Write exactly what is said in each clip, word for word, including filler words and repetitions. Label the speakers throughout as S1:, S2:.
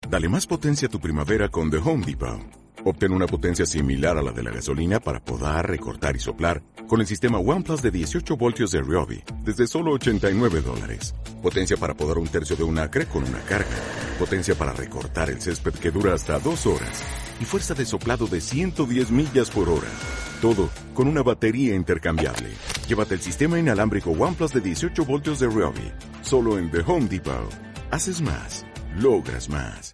S1: Dale más potencia a tu primavera con The Home Depot. Obtén una potencia similar a la de la gasolina para podar, recortar y soplar con el sistema OnePlus de dieciocho voltios de Ryobi desde solo ochenta y nueve dólares. Potencia para podar un tercio de un acre con una carga. Potencia para recortar el césped que dura hasta dos horas. Y fuerza de soplado de ciento diez millas por hora. Todo con una batería intercambiable. Llévate el sistema inalámbrico OnePlus de dieciocho voltios de Ryobi. Solo en The Home Depot. Haces más. Logras más.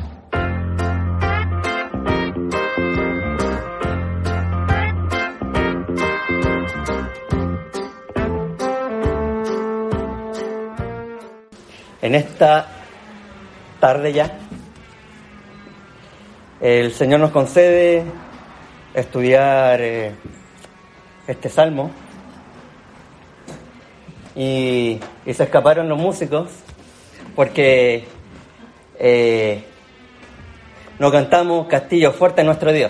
S2: En esta tarde ya, el Señor nos concede estudiar eh, este salmo y, y se escaparon los músicos porque eh, no cantamos Castillo Fuerte nuestro Dios.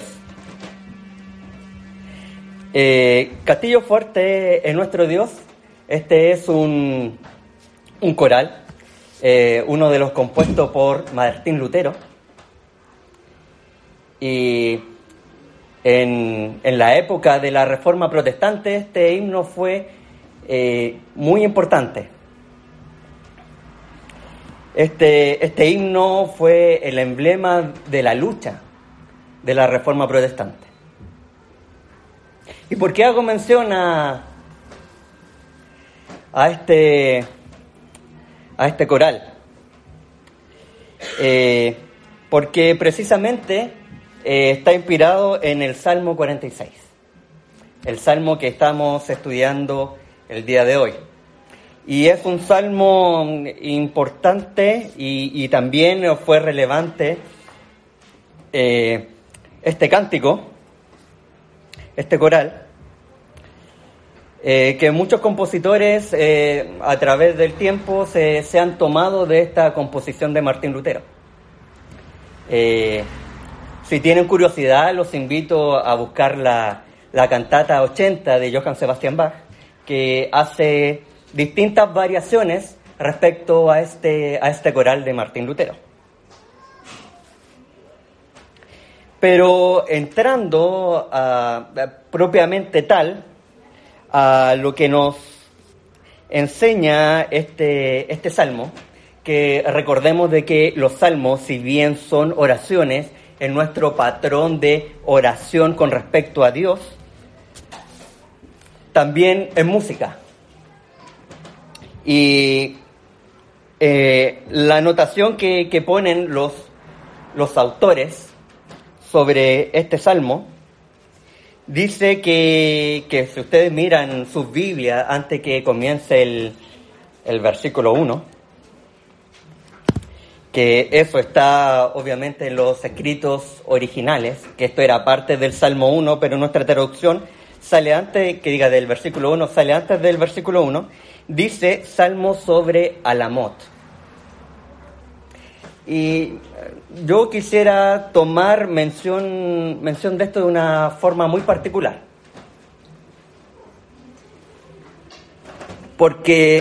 S2: Eh, Castillo Fuerte es nuestro Dios. Este es un, un coral. Eh, uno de los compuestos por Martín Lutero, y en, en la época de la Reforma Protestante este himno fue eh, muy importante. Este, este himno fue el emblema de la lucha de la Reforma Protestante. ¿Y por qué hago mención a, a este a este coral? Eh, porque precisamente eh, está inspirado en el Salmo cuarenta y seis, el salmo que estamos estudiando el día de hoy. Y es un salmo importante y, y también fue relevante eh, este cántico, este coral, Eh, que muchos compositores eh, a través del tiempo se, se han tomado de esta composición de Martín Lutero. Eh, si tienen curiosidad, los invito a buscar la, la cantata ochenta de Johann Sebastian Bach, que hace distintas variaciones respecto a este, a este coral de Martín Lutero. Pero entrando a, a propiamente tal, a lo que nos enseña este, este salmo, que recordemos de que los salmos, si bien son oraciones, en nuestro patrón de oración con respecto a Dios, también es música. Y eh, la anotación que, que ponen los, los autores sobre este salmo dice que, que si ustedes miran sus Biblias antes que comience el, el versículo uno, que eso está obviamente en los escritos originales, que esto era parte del Salmo uno, pero nuestra traducción sale antes, que diga del versículo uno, sale antes del versículo uno, dice Salmo sobre Alamot. Y yo quisiera tomar mención, mención de esto de una forma muy particular. Porque,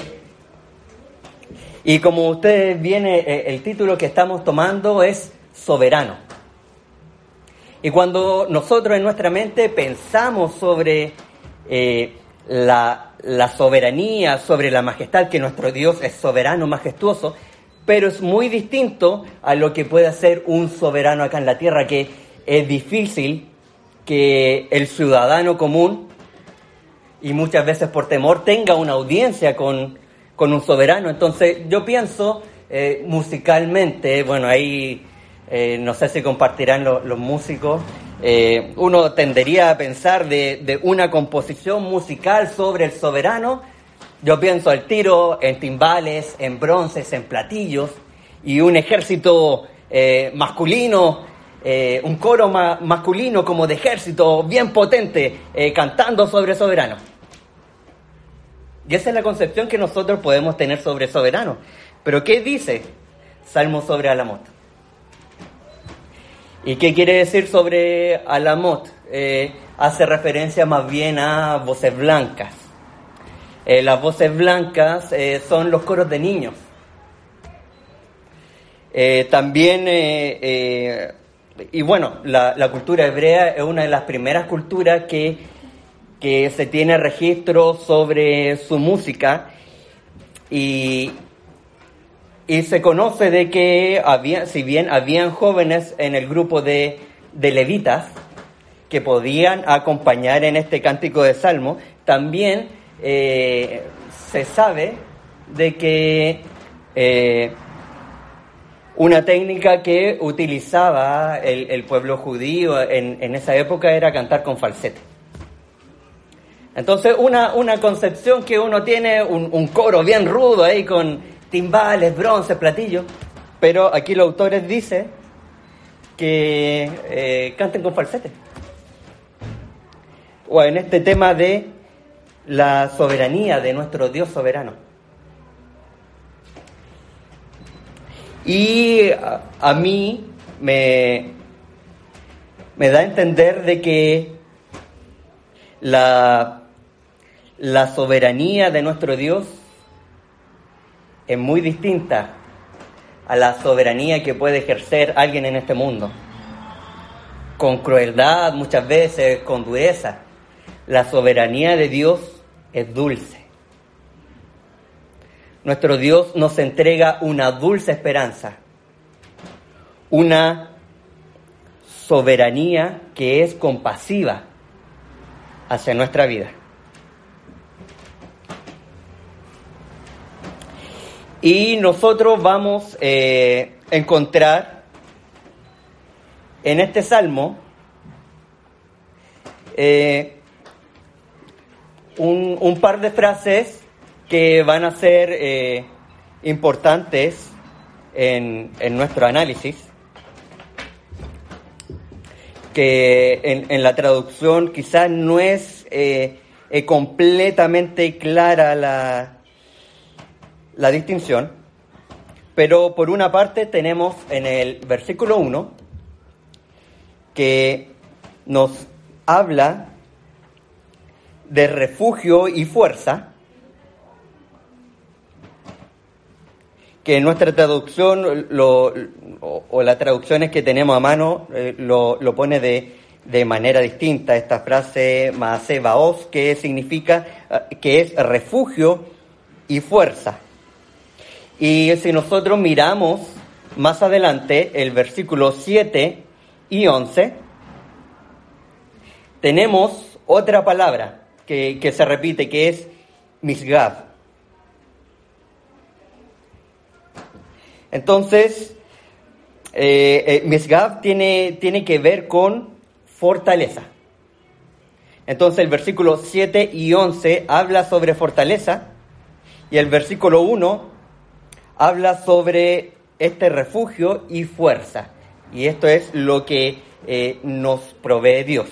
S2: y como ustedes viene, el título que estamos tomando es Soberano. Y cuando nosotros en nuestra mente pensamos sobre eh, la, la soberanía, sobre la majestad, que nuestro Dios es soberano, majestuoso, pero es muy distinto a lo que puede hacer un soberano acá en la tierra, que es difícil que el ciudadano común, y muchas veces por temor, tenga una audiencia con, con un soberano. Entonces yo pienso eh, musicalmente, bueno, ahí eh, no sé si compartirán lo, los músicos, eh, uno tendería a pensar de, de una composición musical sobre el soberano. Yo pienso al tiro en timbales, en bronces, en platillos, y un ejército eh, masculino, eh, un coro ma- masculino como de ejército bien potente, eh, cantando sobre soberano. Y esa es la concepción que nosotros podemos tener sobre soberano. Pero ¿qué dice Salmo sobre Alamot? ¿Y qué quiere decir sobre Alamot? Eh, hace referencia más bien a voces blancas. Eh, las voces blancas eh, son los coros de niños. Eh, también, eh, eh, y bueno, la, la cultura hebrea es una de las primeras culturas que, que se tiene registro sobre su música, y, y se conoce de que había, si bien habían jóvenes en el grupo de, de levitas que podían acompañar en este cántico de salmo, también eh, se sabe de que eh, una técnica que utilizaba el, el pueblo judío en, en esa época era cantar con falsete. Entonces, una, una concepción que uno tiene, un, un coro bien rudo ahí con timbales, bronces, platillos, pero aquí los autores dicen que eh, canten con falsete. O en este tema de la soberanía de nuestro Dios soberano. Y a, a mí me, me da a entender de que la, la soberanía de nuestro Dios es muy distinta a la soberanía que puede ejercer alguien en este mundo. Con crueldad, muchas veces, con dureza. La soberanía de Dios es dulce. Nuestro Dios nos entrega una dulce esperanza, una soberanía que es compasiva hacia nuestra vida. Y nosotros vamos eh, a encontrar en este salmo eh, un, un par de frases que van a ser eh, importantes en, en nuestro análisis, que en, en la traducción quizás no es eh, eh, completamente clara la, la distinción, pero por una parte tenemos en el versículo uno que nos habla de refugio y fuerza, que en nuestra traducción lo, o, o las traducciones que tenemos a mano eh, lo, lo pone de, de manera distinta. Esta frase Maaseh Baoz, que significa uh, que es refugio y fuerza. Y si nosotros miramos más adelante el versículo siete y once, tenemos otra palabra que, que se repite, que es Misgab. Entonces, eh, eh, Misgab tiene, tiene que ver con fortaleza. Entonces el versículo siete y once habla sobre fortaleza, y el versículo uno habla sobre este refugio y fuerza. Y esto es lo que eh, nos provee Dios.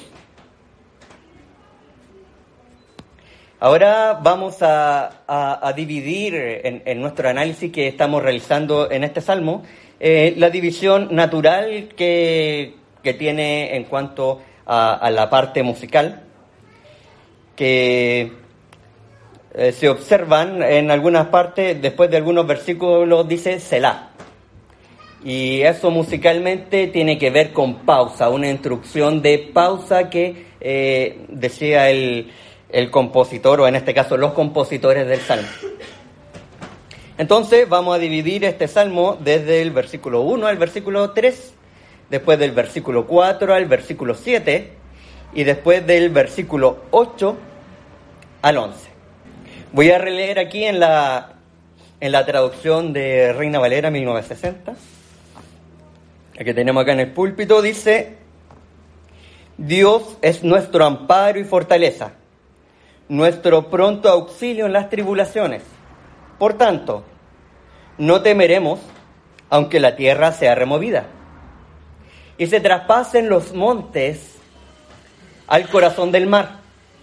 S2: Ahora vamos a, a, a dividir en, en nuestro análisis que estamos realizando en este salmo, eh, la división natural que, que tiene en cuanto a, a la parte musical, que eh, se observan en algunas partes, después de algunos versículos dice Selah. Y eso musicalmente tiene que ver con pausa, una instrucción de pausa que eh, decía el... el compositor, o en este caso los compositores del salmo. Entonces vamos a dividir este salmo desde el versículo uno al versículo tres, después del versículo cuatro al versículo siete, y después del versículo ocho al once. Voy a releer aquí en la, en la traducción de Reina Valera mil novecientos sesenta, la que tenemos acá en el púlpito. Dice: Dios es nuestro amparo y fortaleza, nuestro pronto auxilio en las tribulaciones. Por tanto, no temeremos, aunque la tierra sea removida y se traspasen los montes al corazón del mar,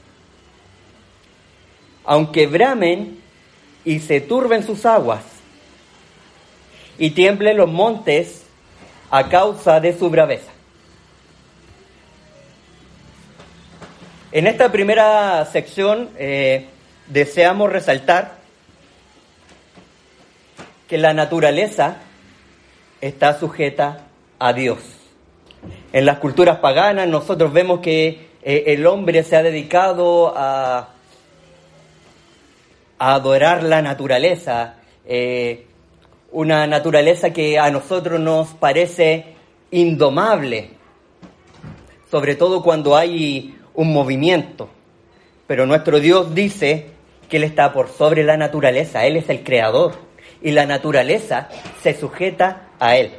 S2: aunque bramen y se turben sus aguas y tiemblen los montes a causa de su braveza. En esta primera sección eh, deseamos resaltar que la naturaleza está sujeta a Dios. En las culturas paganas nosotros vemos que eh, el hombre se ha dedicado a, a adorar la naturaleza, eh, una naturaleza que a nosotros nos parece indomable, sobre todo cuando hay un movimiento. Pero nuestro Dios dice que Él está por sobre la naturaleza, Él es el creador, y la naturaleza se sujeta a Él.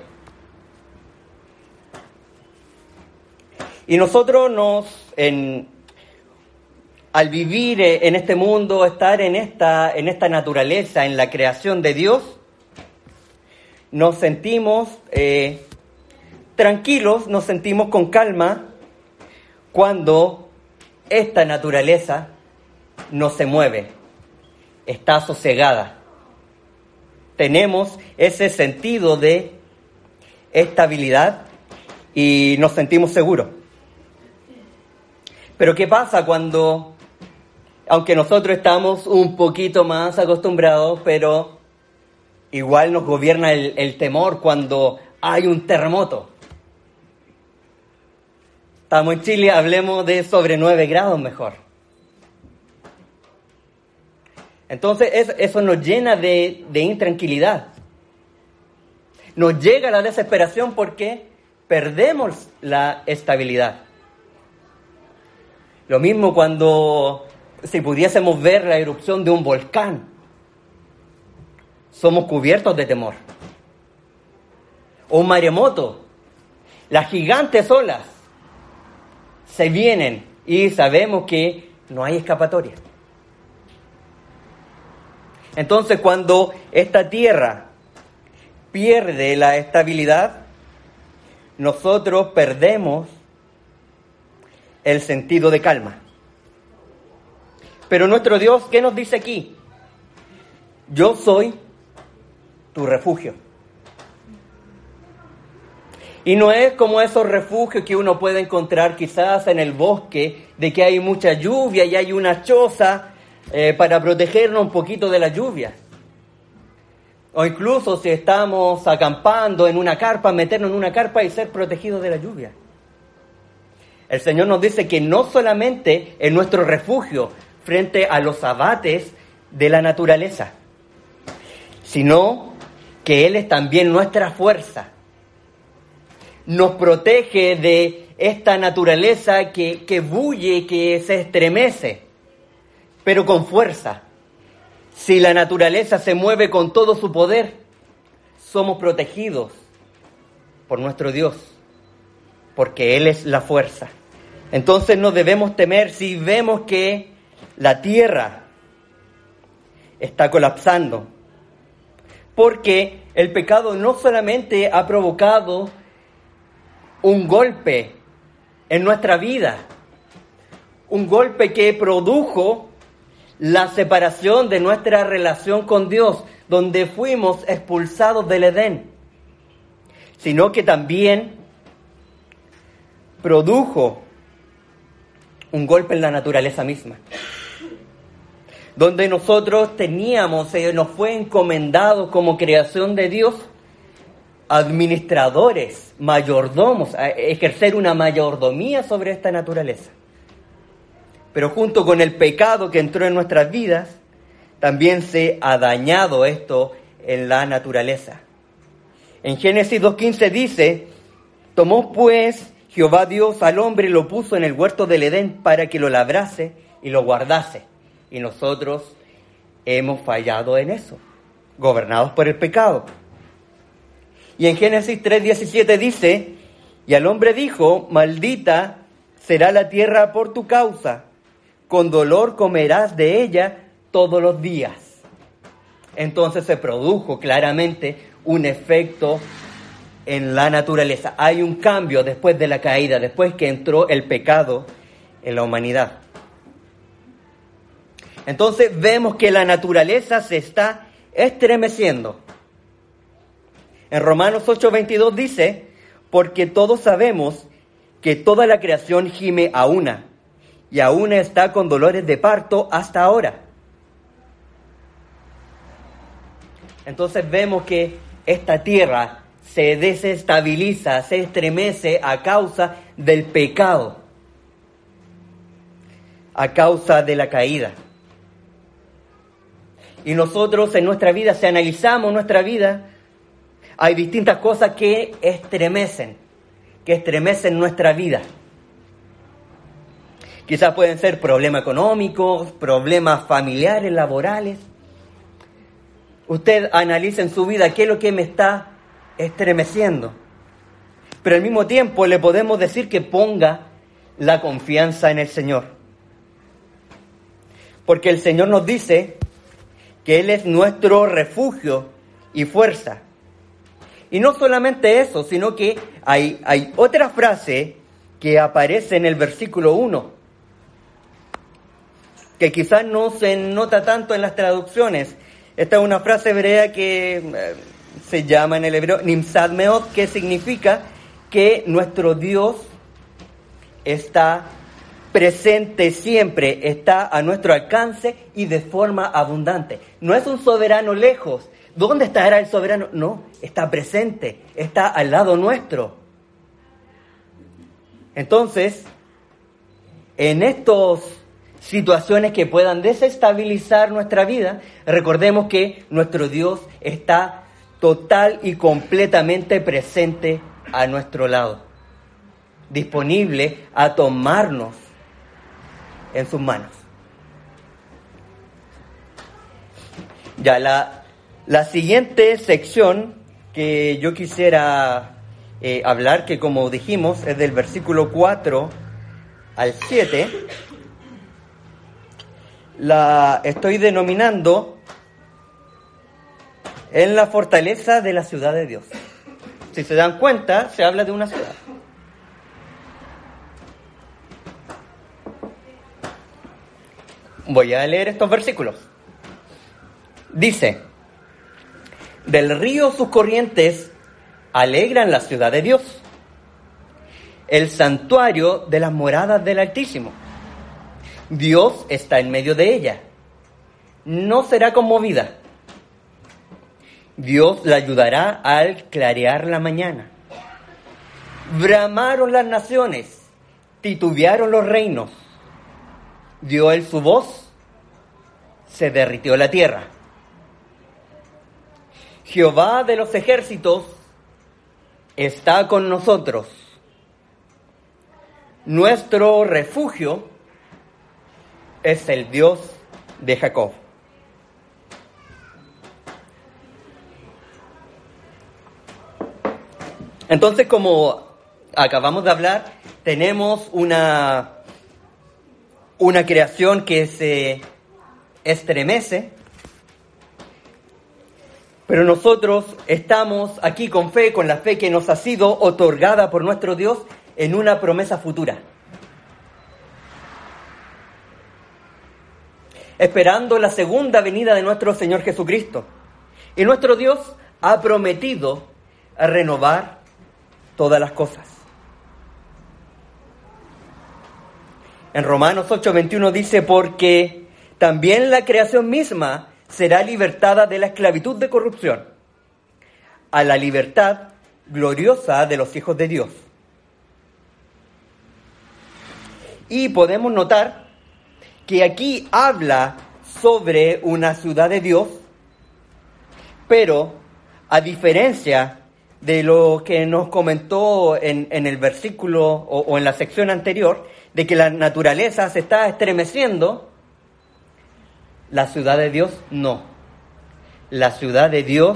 S2: Y nosotros nos, en, al vivir en este mundo, estar en esta, en esta naturaleza, en la creación de Dios, nos sentimos eh, tranquilos, nos sentimos con calma cuando esta naturaleza no se mueve, está sosegada. Tenemos ese sentido de estabilidad y nos sentimos seguros. Pero ¿qué pasa cuando, aunque nosotros estamos un poquito más acostumbrados, pero igual nos gobierna el, el temor cuando hay un terremoto? Estamos en Chile, hablemos de sobre nueve grados mejor. Entonces eso, eso nos llena de, de intranquilidad. Nos llega la desesperación porque perdemos la estabilidad. Lo mismo cuando, si pudiésemos ver la erupción de un volcán, somos cubiertos de temor. O un maremoto, las gigantes olas se vienen y sabemos que no hay escapatoria. Entonces, cuando esta tierra pierde la estabilidad, nosotros perdemos el sentido de calma. Pero nuestro Dios, ¿qué nos dice aquí? Yo soy tu refugio. Y no es como esos refugios que uno puede encontrar quizás en el bosque, de que hay mucha lluvia y hay una choza eh, para protegernos un poquito de la lluvia. O incluso si estamos acampando en una carpa, meternos en una carpa y ser protegidos de la lluvia. El Señor nos dice que no solamente es nuestro refugio frente a los abates de la naturaleza, sino que Él es también nuestra fuerza. Nos protege de esta naturaleza que, que bulle, que se estremece, pero con fuerza. Si la naturaleza se mueve con todo su poder, somos protegidos por nuestro Dios, porque Él es la fuerza. Entonces no debemos temer si vemos que la tierra está colapsando, porque el pecado no solamente ha provocado un golpe en nuestra vida, un golpe que produjo la separación de nuestra relación con Dios, donde fuimos expulsados del Edén, sino que también produjo un golpe en la naturaleza misma, donde nosotros teníamos, eh, nos fue encomendado como creación de Dios, administradores, mayordomos, a ejercer una mayordomía sobre esta naturaleza. Pero junto con el pecado que entró en nuestras vidas, también se ha dañado esto en la naturaleza. En Génesis dos quince dice: tomó pues Jehová Dios al hombre y lo puso en el huerto del Edén para que lo labrase y lo guardase. Y nosotros hemos fallado en eso, gobernados por el pecado. Y en Génesis tres diecisiete dice: y al hombre dijo: maldita será la tierra por tu causa, con dolor comerás de ella todos los días. Entonces se produjo claramente un efecto en la naturaleza. Hay un cambio después de la caída, después que entró el pecado en la humanidad. Entonces vemos que la naturaleza se está estremeciendo. En Romanos ocho veintidós dice: porque todos sabemos que toda la creación gime a una, y a una está con dolores de parto hasta ahora. Entonces vemos que esta tierra se desestabiliza, se estremece a causa del pecado, a causa de la caída. Y nosotros en nuestra vida, si analizamos nuestra vida, hay distintas cosas que estremecen, que estremecen nuestra vida. Quizás pueden ser problemas económicos, problemas familiares, laborales. Usted analiza en su vida qué es lo que me está estremeciendo. Pero al mismo tiempo le podemos decir que ponga la confianza en el Señor. Porque el Señor nos dice que Él es nuestro refugio y fuerza. Y no solamente eso, sino que hay, hay otra frase que aparece en el versículo uno, que quizás no se nota tanto en las traducciones. Esta es una frase hebrea que eh, se llama en el hebreo Nimsad Meod, que significa que nuestro Dios está presente siempre, está a nuestro alcance y de forma abundante. No es un soberano lejos. ¿Dónde estará el soberano? No, está presente, está al lado nuestro. Entonces, en estas situaciones que puedan desestabilizar nuestra vida, recordemos que nuestro Dios está total y completamente presente a nuestro lado, disponible a tomarnos en sus manos. Ya, la, la siguiente sección que yo quisiera eh, hablar, que como dijimos es del versículo cuatro al siete, la estoy denominando en la fortaleza de la ciudad de Dios. Si se dan cuenta, se habla de una ciudad. Voy a leer estos versículos. Dice: del río sus corrientes alegran la ciudad de Dios, el santuario de las moradas del Altísimo. Dios está en medio de ella, no será conmovida. Dios la ayudará al clarear la mañana. Bramaron las naciones, titubearon los reinos. Dio él su voz, se derritió la tierra. Jehová de los ejércitos está con nosotros. Nuestro refugio es el Dios de Jacob. Entonces, como acabamos de hablar, tenemos una, una creación que se estremece, pero nosotros estamos aquí con fe, con la fe que nos ha sido otorgada por nuestro Dios en una promesa futura. Esperando la segunda venida de nuestro Señor Jesucristo. Y nuestro Dios ha prometido renovar todas las cosas. En Romanos ocho veintiuno dice: porque también la creación misma será libertada de la esclavitud de corrupción a la libertad gloriosa de los hijos de Dios. Y podemos notar que aquí habla sobre una ciudad de Dios, pero a diferencia de lo que nos comentó en, en el versículo o, o en la sección anterior, de que la naturaleza se está estremeciendo, la ciudad de Dios no. La ciudad de Dios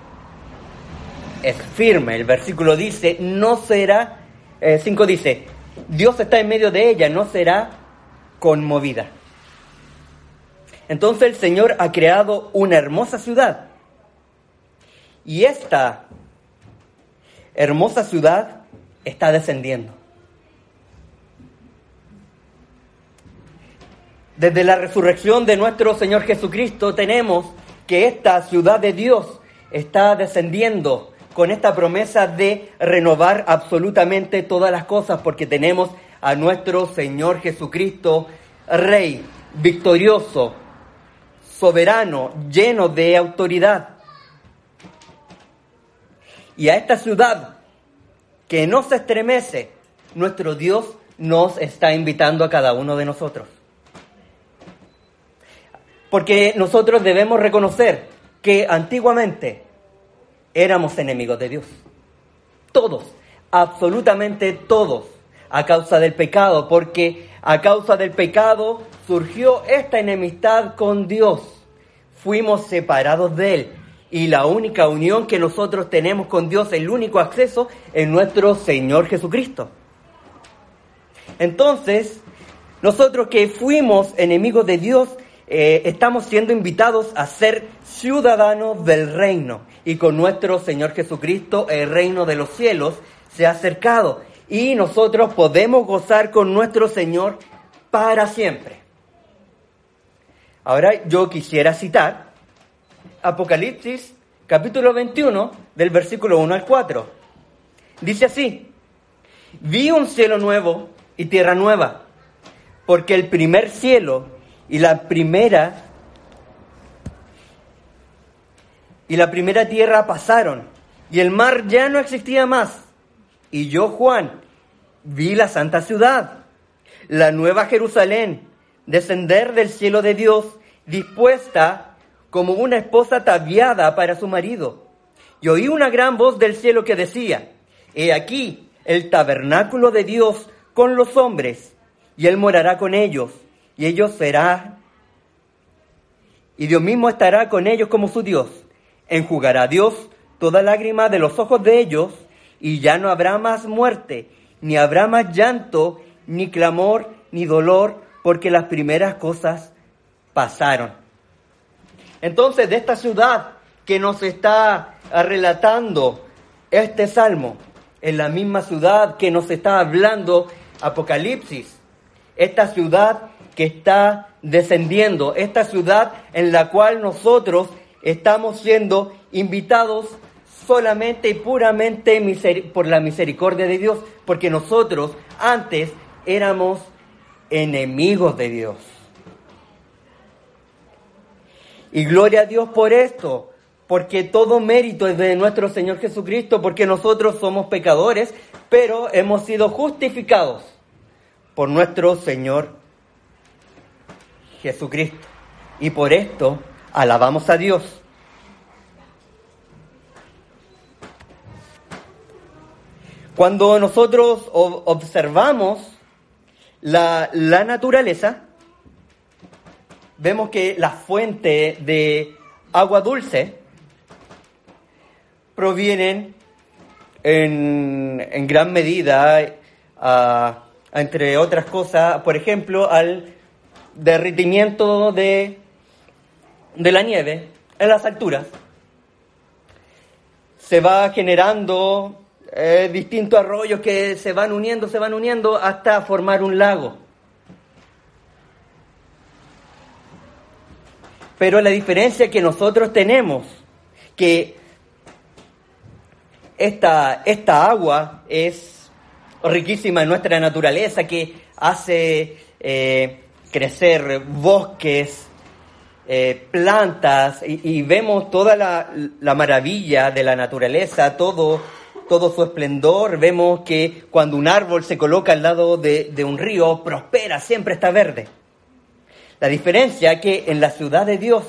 S2: es firme. El versículo dice, no será, eh, cinco dice, Dios está en medio de ella, no será conmovida. Entonces el Señor ha creado una hermosa ciudad. Y esta hermosa ciudad está descendiendo. Desde la resurrección de nuestro Señor Jesucristo tenemos que esta ciudad de Dios está descendiendo con esta promesa de renovar absolutamente todas las cosas, porque tenemos a nuestro Señor Jesucristo, Rey, victorioso, soberano, lleno de autoridad. Y a esta ciudad que no se estremece, nuestro Dios nos está invitando a cada uno de nosotros. Porque nosotros debemos reconocer que antiguamente éramos enemigos de Dios. Todos, absolutamente todos, a causa del pecado, porque a causa del pecado surgió esta enemistad con Dios. Fuimos separados de Él y la única unión que nosotros tenemos con Dios, el único acceso, es nuestro Señor Jesucristo. Entonces, nosotros que fuimos enemigos de Dios, eh, estamos siendo invitados a ser ciudadanos del reino. Y con nuestro Señor Jesucristo, el reino de los cielos se ha acercado. Y nosotros podemos gozar con nuestro Señor para siempre. Ahora yo quisiera citar Apocalipsis capítulo veintiuno del versículo uno al cuatro. Dice así: vi un cielo nuevo y tierra nueva, porque el primer cielo y la primera y la primera tierra pasaron, y el mar ya no existía más. Y yo, Juan, vi la santa ciudad, la nueva Jerusalén, descender del cielo de Dios, dispuesta como una esposa ataviada para su marido. Y oí una gran voz del cielo que decía: he aquí el tabernáculo de Dios con los hombres, y Él morará con ellos, y ellos serán, y Dios mismo estará con ellos como su Dios. Enjugará Dios toda lágrima de los ojos de ellos, y ya no habrá más muerte, ni habrá más llanto, ni clamor, ni dolor, porque las primeras cosas pasaron. Entonces, de esta ciudad que nos está relatando este salmo, es la misma ciudad que nos está hablando Apocalipsis, esta ciudad que está descendiendo, esta ciudad en la cual nosotros estamos siendo invitados solamente y puramente miseri- por la misericordia de Dios, porque nosotros antes éramos enemigos de Dios. Y gloria a Dios por esto, porque todo mérito es de nuestro Señor Jesucristo, porque nosotros somos pecadores, pero hemos sido justificados por nuestro Señor Jesucristo. Y por esto alabamos a Dios. Cuando nosotros observamos la, la naturaleza, vemos que la fuente de agua dulce provienen en, en gran medida, uh, entre otras cosas, por ejemplo, al derretimiento de, de la nieve en las alturas. Se va generando eh, distintos arroyos que se van uniendo, se van uniendo hasta formar un lago. Pero la diferencia que nosotros tenemos, que esta, esta agua es riquísima en nuestra naturaleza, que hace eh, crecer bosques, eh, plantas, y, y vemos toda la, la maravilla de la naturaleza, todo, todo su esplendor. Vemos que cuando un árbol se coloca al lado de, de un río, prospera, siempre está verde. La diferencia es que en la ciudad de Dios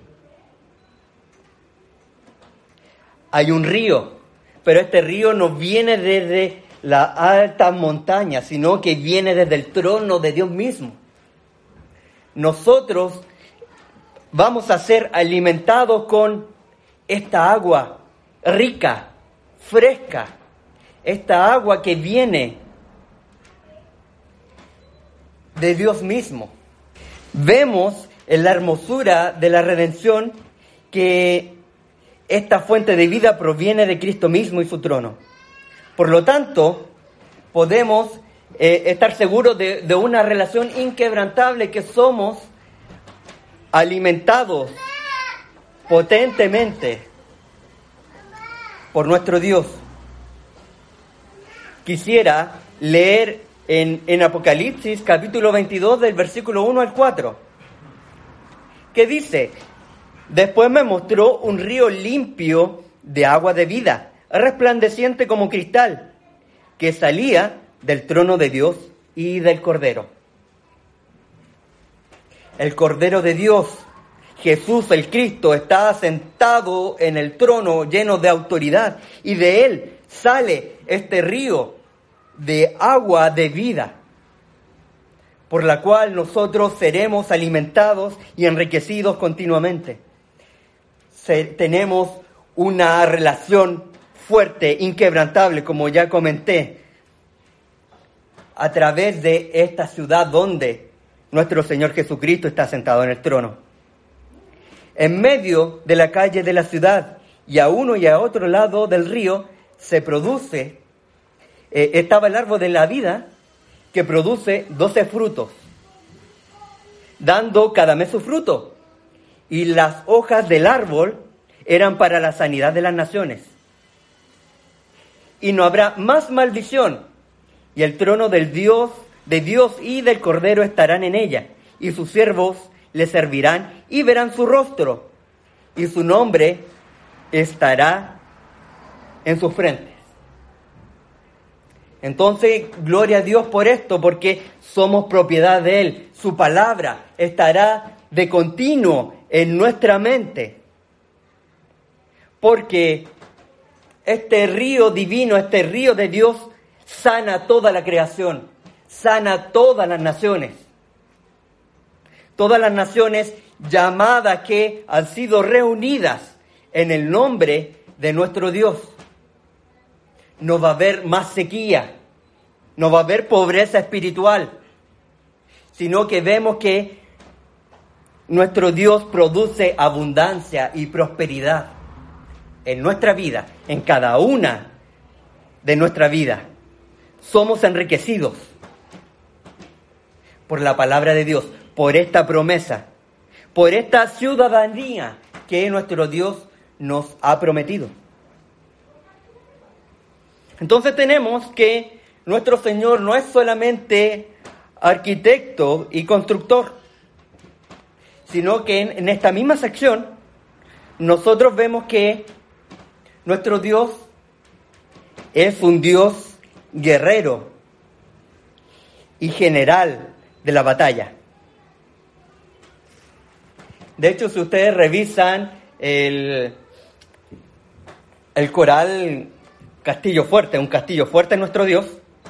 S2: hay un río, pero este río no viene desde la alta montaña, sino que viene desde el trono de Dios mismo. Nosotros vamos a ser alimentados con esta agua rica, fresca, esta agua que viene de Dios mismo. Vemos en la hermosura de la redención que esta fuente de vida proviene de Cristo mismo y su trono. Por lo tanto, podemos eh, estar seguros de, de una relación inquebrantable, que somos alimentados potentemente por nuestro Dios. Quisiera leer En, en Apocalipsis capítulo veintidós del versículo uno al cuatro, que dice: después me mostró un río limpio de agua de vida, resplandeciente como cristal, que salía del trono de Dios y del Cordero. El Cordero de Dios, Jesús el Cristo, está sentado en el trono lleno de autoridad, y de él sale este río de agua de vida, por la cual nosotros seremos alimentados y enriquecidos continuamente. Se, tenemos una relación fuerte, inquebrantable, como ya comenté, a través de esta ciudad donde nuestro Señor Jesucristo está sentado en el trono. En medio de la calle de la ciudad y a uno y a otro lado del río se produce, eh, estaba el árbol de la vida, que produce doce frutos, dando cada mes su fruto. Y las hojas del árbol eran para la sanidad de las naciones. Y no habrá más maldición, y el trono del Dios, de Dios y del Cordero estarán en ella, y sus siervos le servirán y verán su rostro, y su nombre estará en sus frentes. Entonces, gloria a Dios por esto, porque somos propiedad de Él. Su palabra estará de continuo en nuestra mente. Porque este río divino, este río de Dios, sana toda la creación, sana todas las naciones. Todas las naciones llamadas que han sido reunidas en el nombre de nuestro Dios. No va a haber más sequía, no va a haber pobreza espiritual, sino que vemos que nuestro Dios produce abundancia y prosperidad en nuestra vida, en cada una de nuestra vida. Somos enriquecidos por la palabra de Dios, por esta promesa, por esta ciudadanía que nuestro Dios nos ha prometido. Entonces tenemos que nuestro Señor no es solamente arquitecto y constructor, sino que en, en esta misma sección nosotros vemos que nuestro Dios es un Dios guerrero y general de la batalla. De hecho, si ustedes revisan el, el coral Castillo Fuerte, un castillo fuerte en nuestro Dios,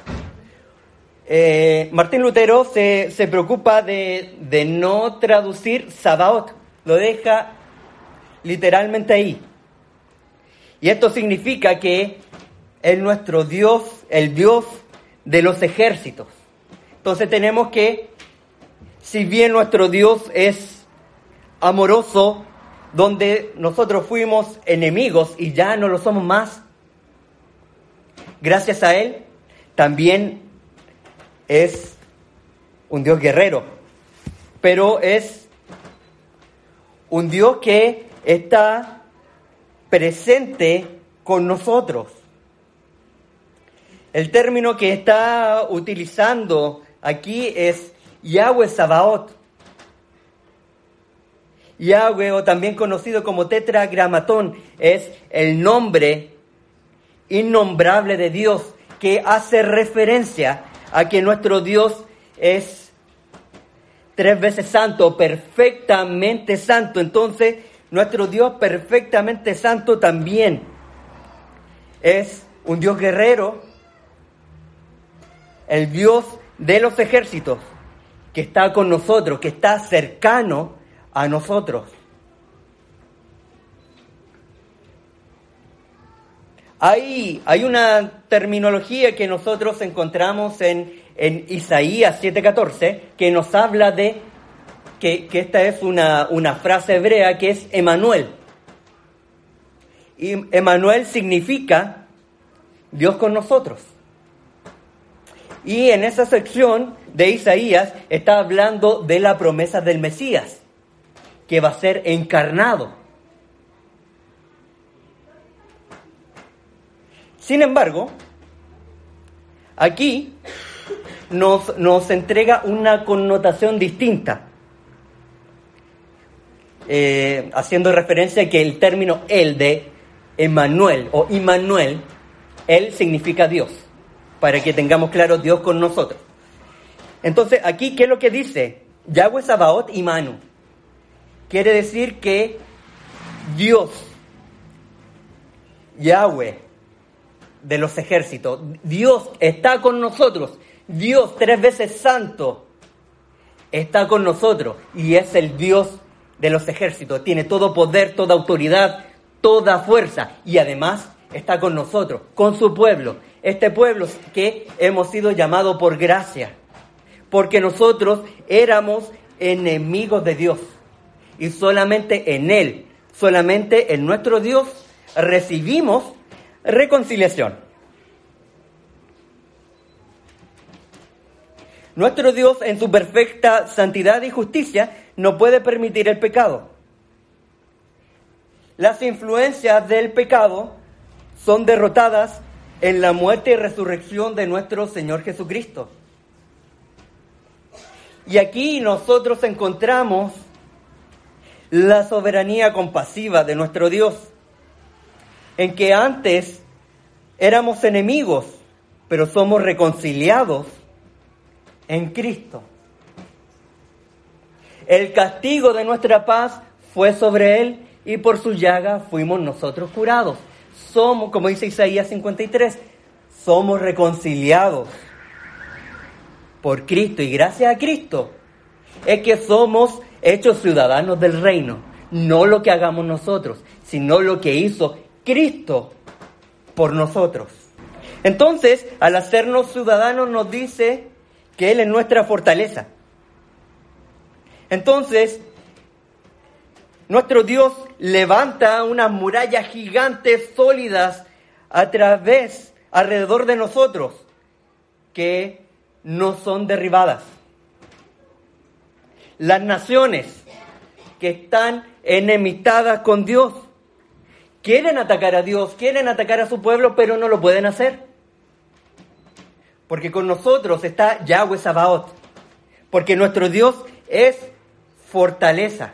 S2: eh, Martín Lutero se, se preocupa de, de no traducir Sabaoth, lo deja literalmente ahí. Y esto significa que es nuestro Dios, el Dios de los ejércitos. Entonces tenemos que, si bien nuestro Dios es amoroso, donde nosotros fuimos enemigos y ya no lo somos más, gracias a Él, también es un Dios guerrero, pero es un Dios que está presente con nosotros. El término que está utilizando aquí es Yahweh Sabaoth. Yahweh, o también conocido como Tetragramatón, es el nombre innombrable de Dios, que hace referencia a que nuestro Dios es tres veces santo, perfectamente santo. Entonces, nuestro Dios perfectamente santo también es un Dios guerrero, el Dios de los ejércitos, que está con nosotros, que está cercano a nosotros. Hay, hay una terminología que nosotros encontramos en, en Isaías siete catorce, que nos habla de que, que esta es una, una frase hebrea que es Emanuel. Y Emanuel significa Dios con nosotros. Y en esa sección de Isaías está hablando de la promesa del Mesías, que va a ser encarnado. Sin embargo, aquí nos, nos entrega una connotación distinta, eh, haciendo referencia a que el término el de Emmanuel o Immanuel, él significa Dios, para que tengamos claro Dios con nosotros. Entonces, aquí, ¿qué es lo que dice? Yahweh Sabaoth Imanu. Quiere decir que Dios, Yahweh de los ejércitos, Dios está con nosotros. Dios, tres veces santo, está con nosotros y es el Dios de los ejércitos. Tiene todo poder, toda autoridad, toda fuerza y además está con nosotros, con su pueblo. Este pueblo que hemos sido llamados por gracia, porque nosotros éramos enemigos de Dios y solamente en Él, solamente en nuestro Dios recibimos reconciliación. Nuestro Dios, en su perfecta santidad y justicia, no puede permitir el pecado. Las influencias del pecado son derrotadas en la muerte y resurrección de nuestro Señor Jesucristo. Y aquí nosotros encontramos la soberanía compasiva de nuestro Dios, en que antes éramos enemigos, pero somos reconciliados en Cristo. El castigo de nuestra paz fue sobre Él y por su llaga fuimos nosotros curados. Somos, como dice Isaías cincuenta y tres, somos reconciliados por Cristo y gracias a Cristo es que somos hechos ciudadanos del reino. No lo que hagamos nosotros, sino lo que hizo Cristo por nosotros. Entonces, al hacernos ciudadanos nos dice que Él es nuestra fortaleza. Entonces, nuestro Dios levanta unas murallas gigantes, sólidas, a través, alrededor de nosotros, que no son derribadas. Las naciones que están enemistadas con Dios quieren atacar a Dios, quieren atacar a su pueblo, pero no lo pueden hacer. Porque con nosotros está Yahweh Sabaoth. Porque nuestro Dios es fortaleza.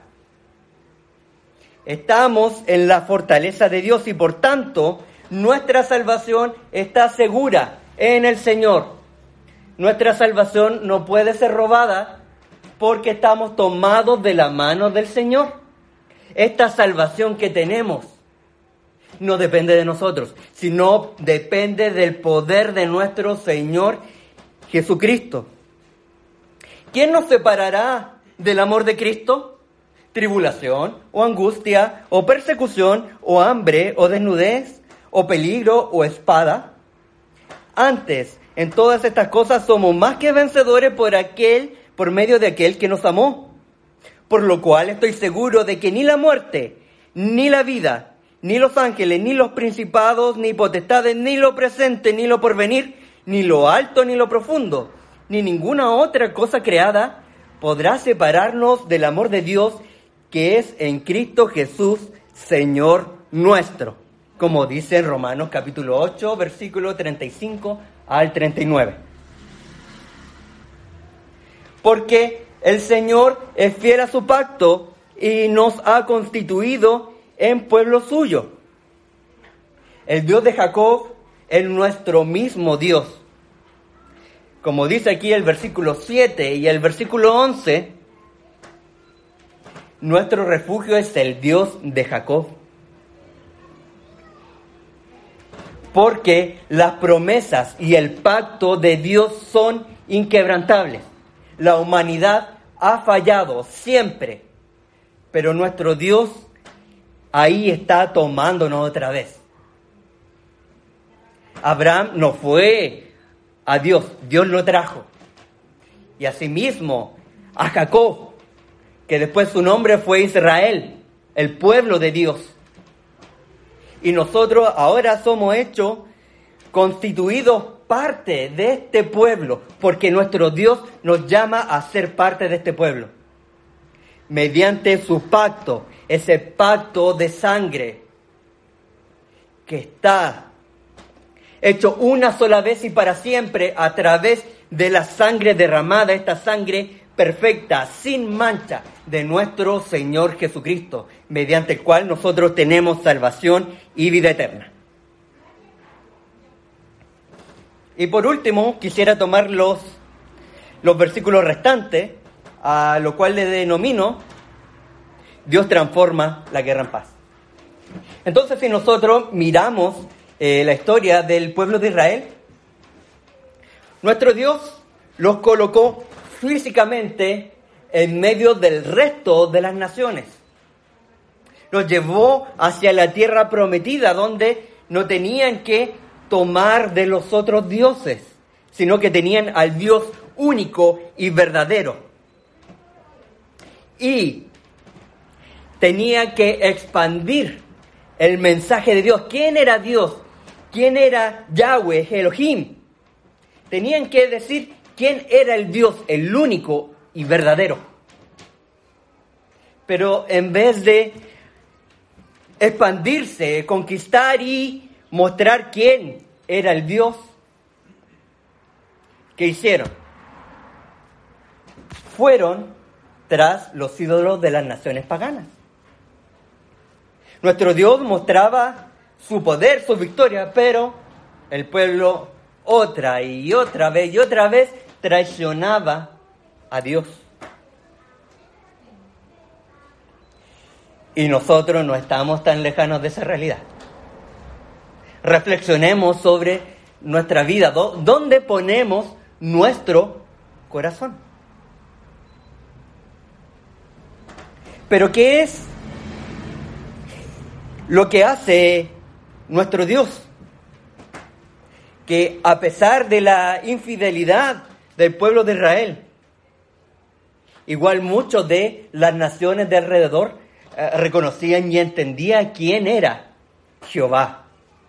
S2: Estamos en la fortaleza de Dios y por tanto nuestra salvación está segura en el Señor. Nuestra salvación no puede ser robada porque estamos tomados de la mano del Señor. Esta salvación que tenemos no depende de nosotros, sino depende del poder de nuestro Señor Jesucristo. ¿Quién nos separará del amor de Cristo? ¿Tribulación, o angustia, o persecución, o hambre, o desnudez, o peligro, o espada? Antes, en todas estas cosas somos más que vencedores por aquel, por medio de aquel que nos amó. Por lo cual estoy seguro de que ni la muerte, ni la vida, ni los ángeles, ni los principados, ni potestades, ni lo presente, ni lo porvenir, ni lo alto, ni lo profundo, ni ninguna otra cosa creada podrá separarnos del amor de Dios que es en Cristo Jesús, Señor nuestro. Como dice en Romanos capítulo ocho, versículo treinta y cinco al treinta y nueve. Porque el Señor es fiel a su pacto y nos ha constituido en pueblo suyo. El Dios de Jacob es nuestro mismo Dios. Como dice aquí el versículo siete y el versículo once, nuestro refugio es el Dios de Jacob. Porque las promesas y el pacto de Dios son inquebrantables. La humanidad ha fallado siempre, pero nuestro Dios ahí está tomándonos otra vez. Abraham no fue a Dios, Dios lo trajo. Y asimismo a Jacob, que después su nombre fue Israel, el pueblo de Dios. Y nosotros ahora somos hechos, constituidos parte de este pueblo, porque nuestro Dios nos llama a ser parte de este pueblo. Mediante su pacto, ese pacto de sangre que está hecho una sola vez y para siempre a través de la sangre derramada, esta sangre perfecta, sin mancha, de nuestro Señor Jesucristo, mediante el cual nosotros tenemos salvación y vida eterna. Y por último, quisiera tomar los, los versículos restantes, a lo cual le denomino Dios transforma la guerra en paz. Entonces, si nosotros miramos eh, la historia del pueblo de Israel, nuestro Dios los colocó físicamente en medio del resto de las naciones. Los llevó hacia la tierra prometida, donde no tenían que tomar de los otros dioses, sino que tenían al Dios único y verdadero. Y tenía que expandir el mensaje de Dios. ¿Quién era Dios? ¿Quién era Yahweh, Elohim? Tenían que decir quién era el Dios, el único y verdadero. Pero en vez de expandirse, conquistar y mostrar quién era el Dios, ¿qué hicieron? Fueron tras los ídolos de las naciones paganas. Nuestro Dios mostraba su poder, su victoria, pero el pueblo otra y otra vez y otra vez traicionaba a Dios. Y nosotros no estamos tan lejanos de esa realidad. Reflexionemos sobre nuestra vida, ¿dónde ponemos nuestro corazón? Pero ¿qué es lo que hace nuestro Dios? Que a pesar de la infidelidad del pueblo de Israel, igual muchos de las naciones de alrededor eh, reconocían y entendían quién era Jehová.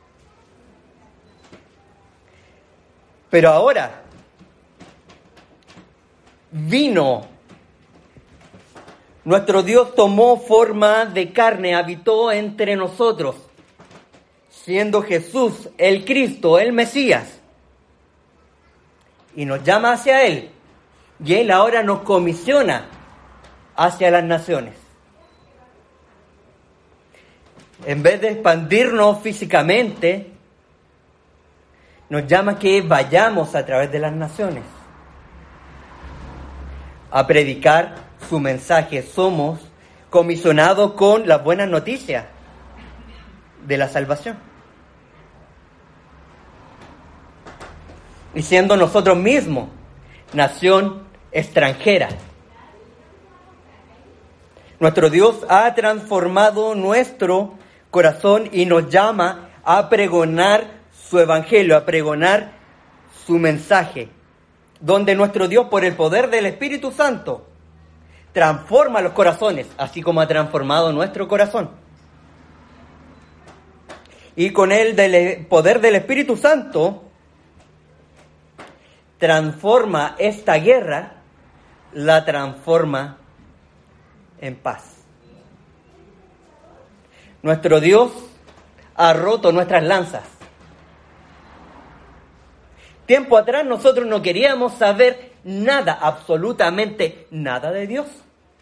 S2: Pero ahora vino, nuestro Dios tomó forma de carne, habitó entre nosotros, siendo Jesús el Cristo, el Mesías, y nos llama hacia Él, y Él ahora nos comisiona hacia las naciones. En vez de expandirnos físicamente, nos llama que vayamos a través de las naciones a predicar su mensaje. Somos comisionados con las buenas noticias de la salvación. Y siendo nosotros mismos nación extranjera, nuestro Dios ha transformado nuestro corazón y nos llama a pregonar su evangelio, a pregonar su mensaje, donde nuestro Dios, por el poder del Espíritu Santo, transforma los corazones, así como ha transformado nuestro corazón. Y con el del poder del Espíritu Santo, transforma esta guerra, la transforma en paz. Nuestro Dios ha roto nuestras lanzas. Tiempo atrás nosotros no queríamos saber nada, absolutamente nada de Dios.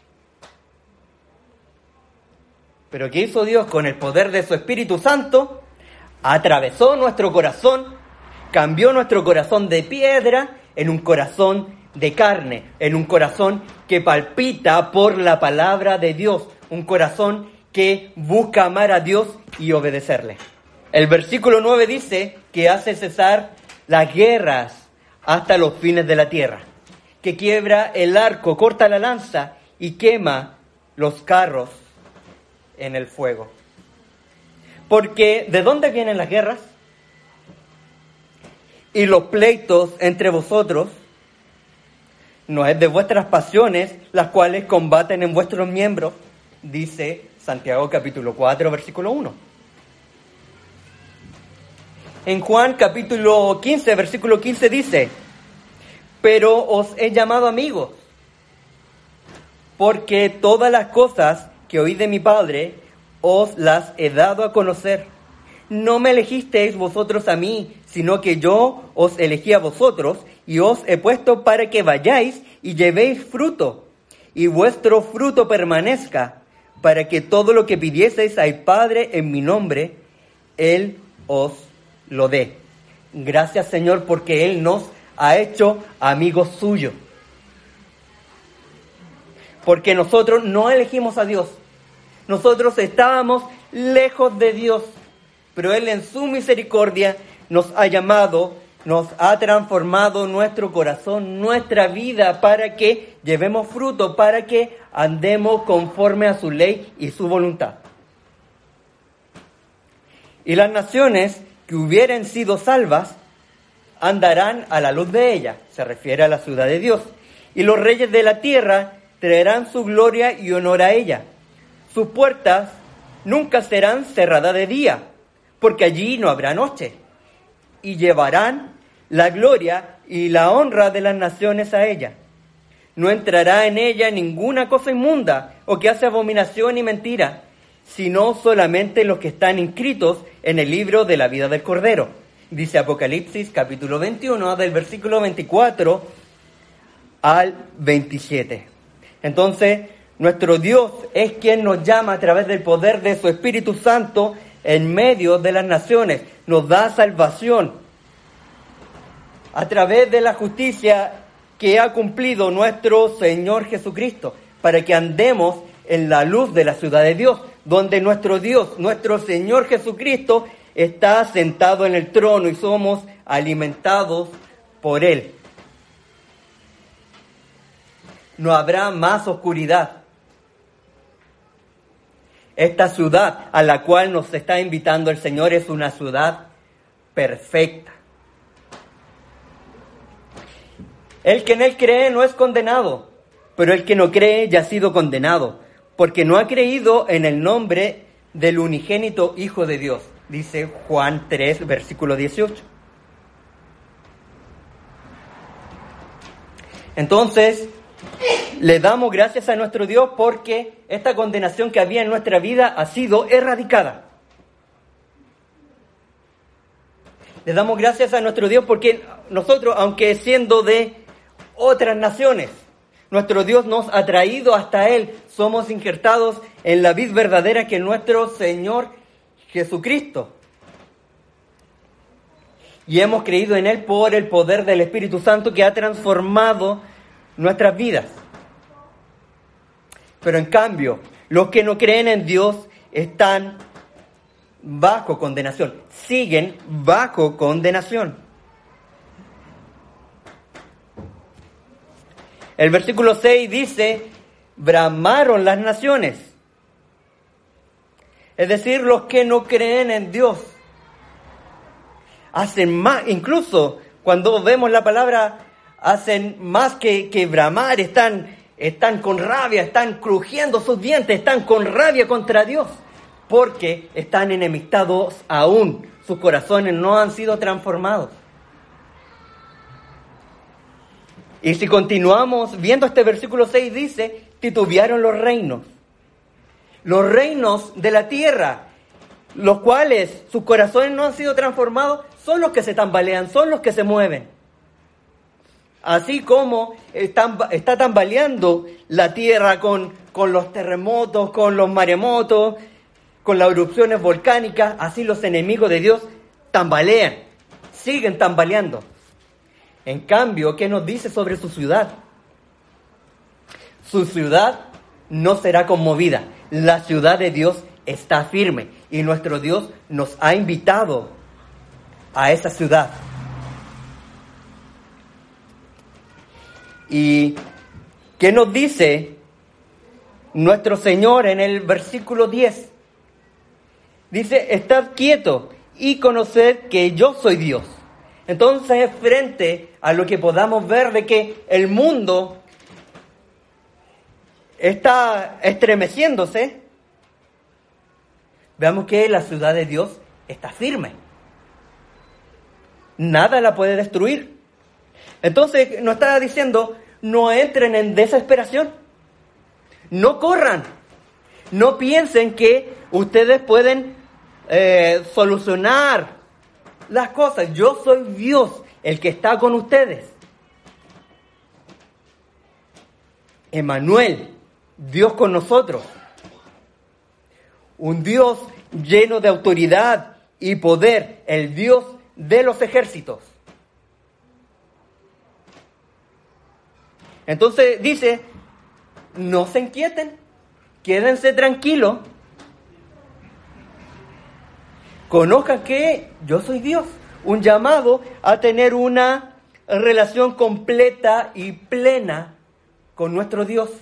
S2: Pero ¿qué hizo Dios? Con el poder de su Espíritu Santo, atravesó nuestro corazón, cambió nuestro corazón de piedra en un corazón de carne, en un corazón que palpita por la palabra de Dios, un corazón que busca amar a Dios y obedecerle. El versículo nueve dice que hace cesar las guerras hasta los fines de la tierra, que quiebra el arco, corta la lanza y quema los carros en el fuego. Porque ¿de dónde vienen las guerras? Y los pleitos entre vosotros, no es de vuestras pasiones las cuales combaten en vuestros miembros, dice Santiago capítulo cuatro, versículo uno. En Juan capítulo quince, versículo quince dice: pero os he llamado amigos, porque todas las cosas que oí de mi Padre os las he dado a conocer. No me elegisteis vosotros a mí, sino que yo os elegí a vosotros y os he puesto para que vayáis y llevéis fruto, y vuestro fruto permanezca, para que todo lo que pidieseis al Padre en mi nombre, Él os lo dé. Gracias, Señor, porque Él nos ha hecho amigos suyos. Porque nosotros no elegimos a Dios. Nosotros estábamos lejos de Dios, pero Él en su misericordia nos ha llamado, nos ha transformado nuestro corazón, nuestra vida, para que llevemos fruto, para que andemos conforme a su ley y su voluntad. Y las naciones que hubieran sido salvas andarán a la luz de ella, se refiere a la ciudad de Dios, y los reyes de la tierra traerán su gloria y honor a ella. Sus puertas nunca serán cerradas de día, porque allí no habrá noche, y llevarán la gloria y la honra de las naciones a ella. No entrará en ella ninguna cosa inmunda o que hace abominación y mentira, sino solamente los que están inscritos en el libro de la vida del Cordero. Dice Apocalipsis capítulo veintiuno, del versículo veinticuatro al veintisiete. Entonces, nuestro Dios es quien nos llama a través del poder de su Espíritu Santo en medio de las naciones. Nos da salvación a través de la justicia que ha cumplido nuestro Señor Jesucristo, para que andemos en la luz de la ciudad de Dios, donde nuestro Dios, nuestro Señor Jesucristo, está sentado en el trono y somos alimentados por Él. No habrá más oscuridad. Esta ciudad a la cual nos está invitando el Señor es una ciudad perfecta. El que en Él cree no es condenado, pero el que no cree ya ha sido condenado, porque no ha creído en el nombre del unigénito Hijo de Dios, dice Juan tres, versículo dieciocho. Entonces, le damos gracias a nuestro Dios porque esta condenación que había en nuestra vida ha sido erradicada. Le damos gracias a nuestro Dios porque nosotros, aunque siendo de otras naciones, nuestro Dios nos ha traído hasta Él. Somos injertados en la vid verdadera que es nuestro Señor Jesucristo. Y hemos creído en Él por el poder del Espíritu Santo que ha transformado nuestras vidas. Pero en cambio, los que no creen en Dios están bajo condenación, siguen bajo condenación. El versículo seis dice, bramaron las naciones. Es decir, los que no creen en Dios hacen más, incluso cuando vemos la palabra, hacen más que, que bramar, están, están con rabia, están crujiendo sus dientes, están con rabia contra Dios, porque están enemistados aún, sus corazones no han sido transformados. Y si continuamos viendo este versículo seis, dice, titubearon los reinos. Los reinos de la tierra, los cuales sus corazones no han sido transformados, son los que se tambalean, son los que se mueven. Así como están, está tambaleando la tierra con, con los terremotos, con los maremotos, con las erupciones volcánicas, así los enemigos de Dios tambalean, siguen tambaleando. En cambio, ¿qué nos dice sobre su ciudad? Su ciudad no será conmovida. La ciudad de Dios está firme y nuestro Dios nos ha invitado a esa ciudad. ¿Y qué nos dice nuestro Señor en el versículo diez? Dice, estad quietos y conoced que yo soy Dios. Entonces, frente a lo que podamos ver de que el mundo está estremeciéndose, veamos que la ciudad de Dios está firme. Nada la puede destruir. Entonces, nos está diciendo, no entren en desesperación. No corran. No piensen que ustedes pueden eh, solucionar las cosas. Yo soy Dios, el que está con ustedes. Emmanuel, Dios con nosotros. Un Dios lleno de autoridad y poder, el Dios de los ejércitos. Entonces dice, no se inquieten, quédense tranquilos, conozcan que yo soy Dios. Un llamado a tener una relación completa y plena con nuestro Dios.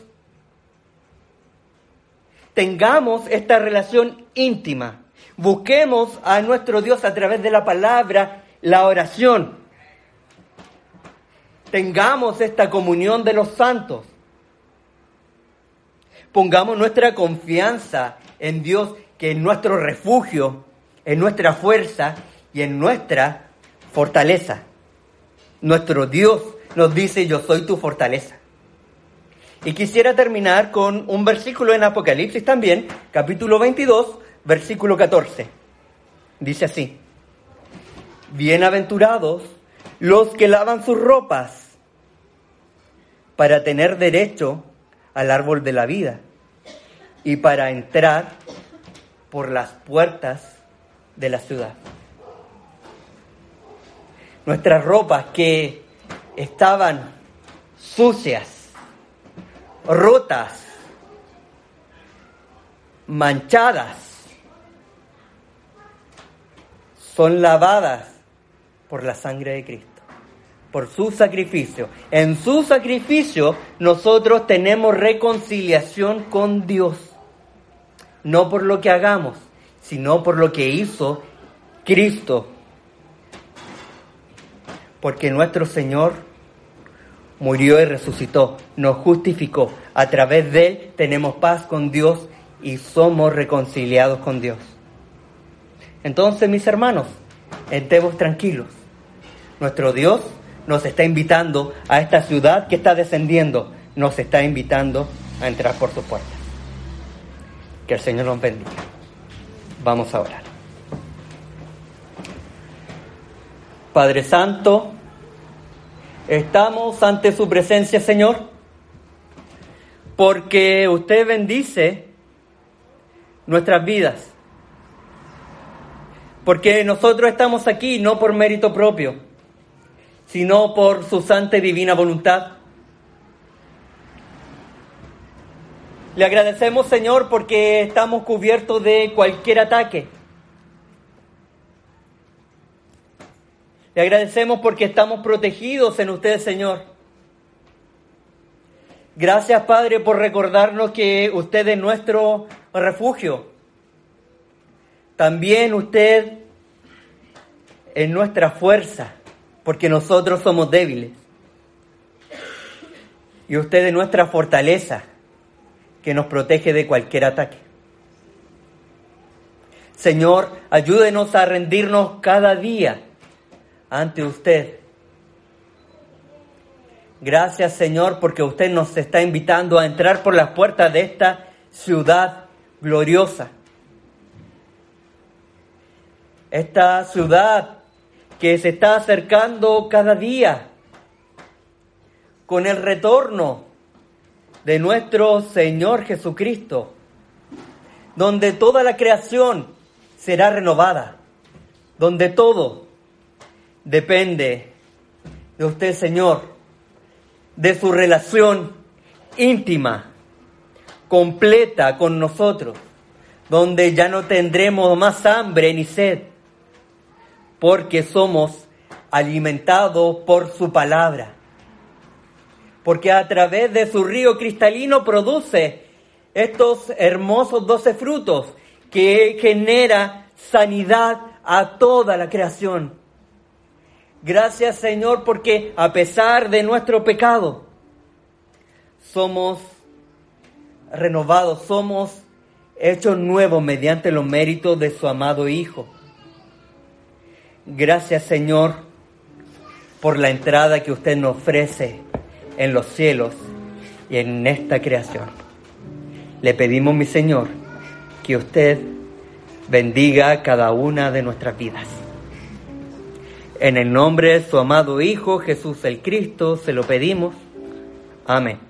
S2: Tengamos esta relación íntima. Busquemos a nuestro Dios a través de la palabra, la oración. Tengamos esta comunión de los santos. Pongamos nuestra confianza en Dios, que es nuestro refugio, en nuestra fuerza y en nuestra fortaleza. Nuestro Dios nos dice, yo soy tu fortaleza. Y quisiera terminar con un versículo en Apocalipsis también, capítulo veintidós, versículo catorce. Dice así: bienaventurados los que lavan sus ropas para tener derecho al árbol de la vida y para entrar por las puertas de la ciudad. Nuestras ropas que estaban sucias, rotas, manchadas, son lavadas por la sangre de Cristo, por su sacrificio. En su sacrificio nosotros tenemos reconciliación con Dios, no por lo que hagamos, sino por lo que hizo Cristo. Porque nuestro Señor murió y resucitó, nos justificó. A través de Él tenemos paz con Dios y somos reconciliados con Dios. Entonces, mis hermanos, estemos tranquilos. Nuestro Dios nos está invitando a esta ciudad que está descendiendo. Nos está invitando a entrar por sus puertas. Que el Señor nos bendiga. Vamos a orar. Padre Santo, estamos ante su presencia, Señor, porque usted bendice nuestras vidas. Porque nosotros estamos aquí no por mérito propio, sino por su santa y divina voluntad. Le agradecemos, Señor, porque estamos cubiertos de cualquier ataque. Le agradecemos porque estamos protegidos en usted, Señor. Gracias, Padre, por recordarnos que usted es nuestro refugio. También usted es nuestra fuerza, porque nosotros somos débiles. Y usted es nuestra fortaleza, que nos protege de cualquier ataque. Señor, ayúdenos a rendirnos cada día ante usted. Gracias, Señor, porque usted nos está invitando a entrar por las puertas de esta ciudad gloriosa. Esta ciudad que se está acercando cada día con el retorno de nuestro Señor Jesucristo, donde toda la creación será renovada, donde todo depende de usted, Señor, de su relación íntima, completa con nosotros, donde ya no tendremos más hambre ni sed, porque somos alimentados por su palabra, porque a través de su río cristalino produce estos hermosos doce frutos que genera sanidad a toda la creación. Gracias, Señor, porque a pesar de nuestro pecado, somos renovados, somos hechos nuevos mediante los méritos de su amado Hijo. Gracias, Señor, por la entrada que usted nos ofrece en los cielos y en esta creación. Le pedimos, mi Señor, que usted bendiga cada una de nuestras vidas. En el nombre de su amado Hijo, Jesús el Cristo, se lo pedimos. Amén.